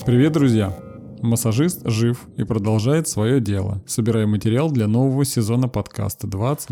Привет, друзья! Массажист жив и продолжает свое дело, собирая материал для нового сезона подкаста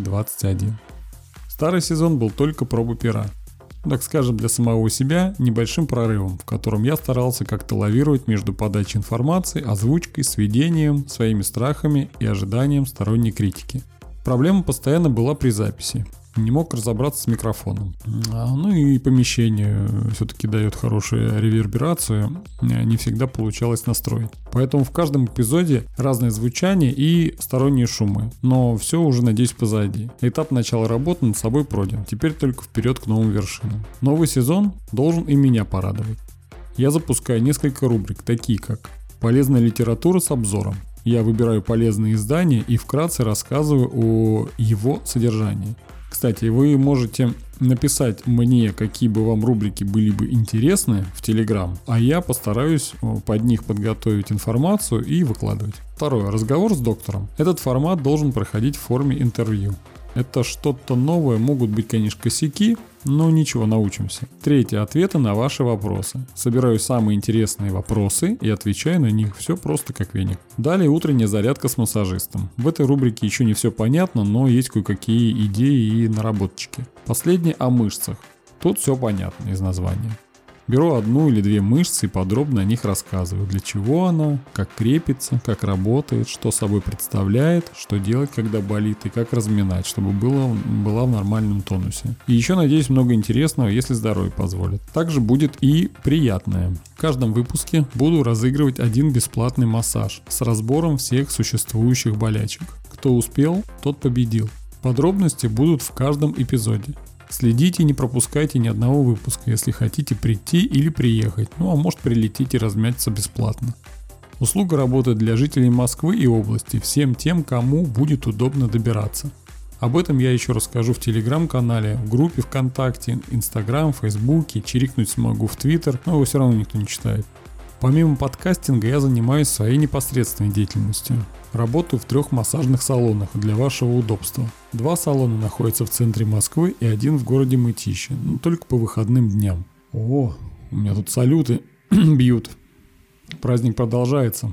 2021. Старый сезон был только пробой пера. Так скажем, для самого себя небольшим прорывом, в котором я старался как-то лавировать между подачей информации, озвучкой, сведением, своими страхами и ожиданием сторонней критики. Проблема постоянно была при записи. Не мог разобраться с микрофоном. Ну и помещение все-таки дает хорошую реверберацию. Не всегда получалось настроить. Поэтому в каждом эпизоде разное звучание и сторонние шумы. Но все уже, надеюсь, позади. Этап начала работы над собой пройден. Теперь только вперед к новым вершинам. Новый сезон должен и меня порадовать. Я запускаю несколько рубрик, такие как «Полезная литература с обзором». Я выбираю полезные издания и вкратце рассказываю о его содержании. Кстати, вы можете написать мне, какие бы вам рубрики были бы интересны в Telegram, а я постараюсь под них подготовить информацию и выкладывать. Второе. Разговор с доктором. Этот формат должен проходить в форме интервью. Это что-то новое, могут быть, конечно, косяки, но ничего, научимся. Третье. Ответы на ваши вопросы. Собираю самые интересные вопросы и отвечаю на них. Все просто как веник. Далее утренняя зарядка с массажистом. В этой рубрике еще не все понятно, но есть кое-какие идеи и наработочки. Последнее о мышцах. Тут все понятно из названия. Беру одну или две мышцы и подробно о них рассказываю. Для чего она, как крепится, как работает, что собой представляет, что делать, когда болит и как разминать, чтобы была в нормальном тонусе. И еще, надеюсь, много интересного, если здоровье позволит. Также будет и приятное. В каждом выпуске буду разыгрывать один бесплатный массаж с разбором всех существующих болячек. Кто успел, тот победил. Подробности будут в каждом эпизоде. Следите и не пропускайте ни одного выпуска, если хотите прийти или приехать, а может прилететь и размяться бесплатно. Услуга работает для жителей Москвы и области, всем тем, кому будет удобно добираться. Об этом я еще расскажу в Telegram-канале, в группе ВКонтакте, Instagram, Фейсбуке, чирикнуть смогу в Twitter, но его все равно никто не читает. Помимо подкастинга я занимаюсь своей непосредственной деятельностью. Работаю в 3 массажных салонах для вашего удобства. 2 салона находятся в центре Москвы и 1 в городе Мытищи, только по выходным дням. О, у меня тут салюты бьют. Праздник продолжается,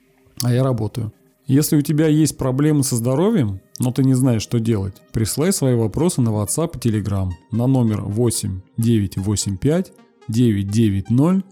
а я работаю. Если у тебя есть проблемы со здоровьем, но ты не знаешь, что делать, присылай свои вопросы на WhatsApp и Telegram на номер 8 985 990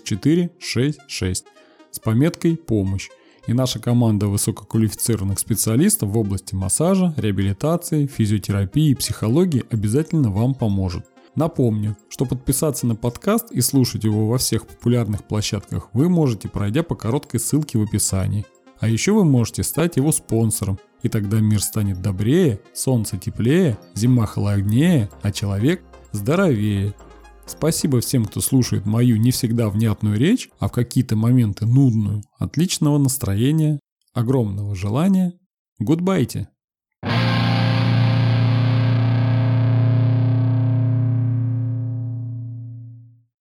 6466 с пометкой «Помощь». И наша команда высококвалифицированных специалистов в области массажа, реабилитации, физиотерапии и психологии обязательно вам поможет. Напомню, что подписаться на подкаст и слушать его во всех популярных площадках вы можете, пройдя по короткой ссылке в описании. А еще вы можете стать его спонсором, и тогда мир станет добрее, солнце теплее, зима холоднее, а человек здоровее. Спасибо всем, кто слушает мою не всегда внятную речь, а в какие-то моменты нудную. Отличного настроения, огромного желания. Гудбайте!